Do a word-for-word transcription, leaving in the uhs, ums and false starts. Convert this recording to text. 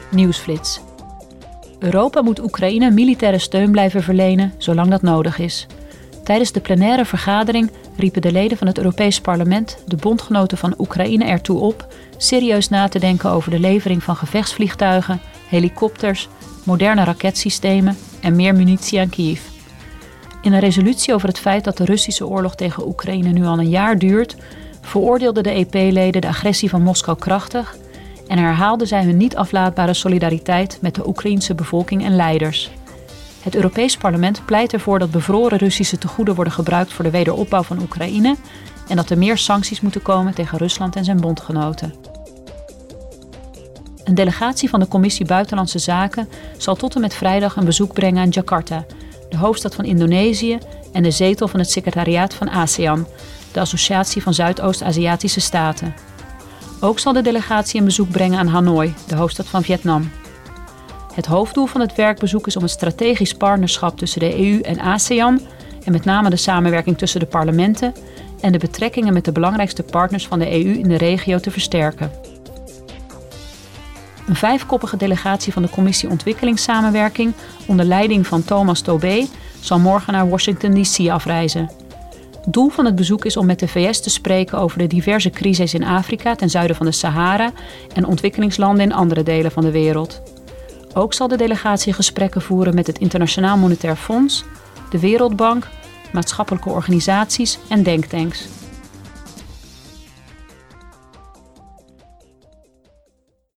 Nieuwsflits. Europa moet Oekraïne militaire steun blijven verlenen, zolang dat nodig is. Tijdens de plenaire vergadering riepen de leden van het Europees Parlement de bondgenoten van Oekraïne ertoe op serieus na te denken over de levering van gevechtsvliegtuigen, helikopters, moderne raketsystemen en meer munitie aan Kiev. In een resolutie over het feit dat de Russische oorlog tegen Oekraïne nu al een jaar duurt, veroordeelden de E P-leden de agressie van Moskou krachtig en herhaalden zij hun niet aflaatbare solidariteit met de Oekraïense bevolking en leiders. Het Europees Parlement pleit ervoor dat bevroren Russische tegoeden worden gebruikt voor de wederopbouw van Oekraïne en dat er meer sancties moeten komen tegen Rusland en zijn bondgenoten. Een delegatie van de Commissie Buitenlandse Zaken zal tot en met vrijdag een bezoek brengen aan Jakarta, de hoofdstad van Indonesië en de zetel van het secretariaat van ASEAN, de Associatie van Zuidoost-Aziatische Staten. Ook zal de delegatie een bezoek brengen aan Hanoi, de hoofdstad van Vietnam. Het hoofddoel van het werkbezoek is om het strategisch partnerschap tussen de E U en ASEAN en met name de samenwerking tussen de parlementen en de betrekkingen met de belangrijkste partners van de E U in de regio te versterken. Een vijfkoppige delegatie van de Commissie Ontwikkelingssamenwerking onder leiding van Thomas Tobé zal morgen naar Washington D C afreizen. Het doel van het bezoek is om met de V S te spreken over de diverse crises in Afrika ten zuiden van de Sahara en ontwikkelingslanden in andere delen van de wereld. Ook zal de delegatie gesprekken voeren met het Internationaal Monetair Fonds, de Wereldbank, maatschappelijke organisaties en denktanks.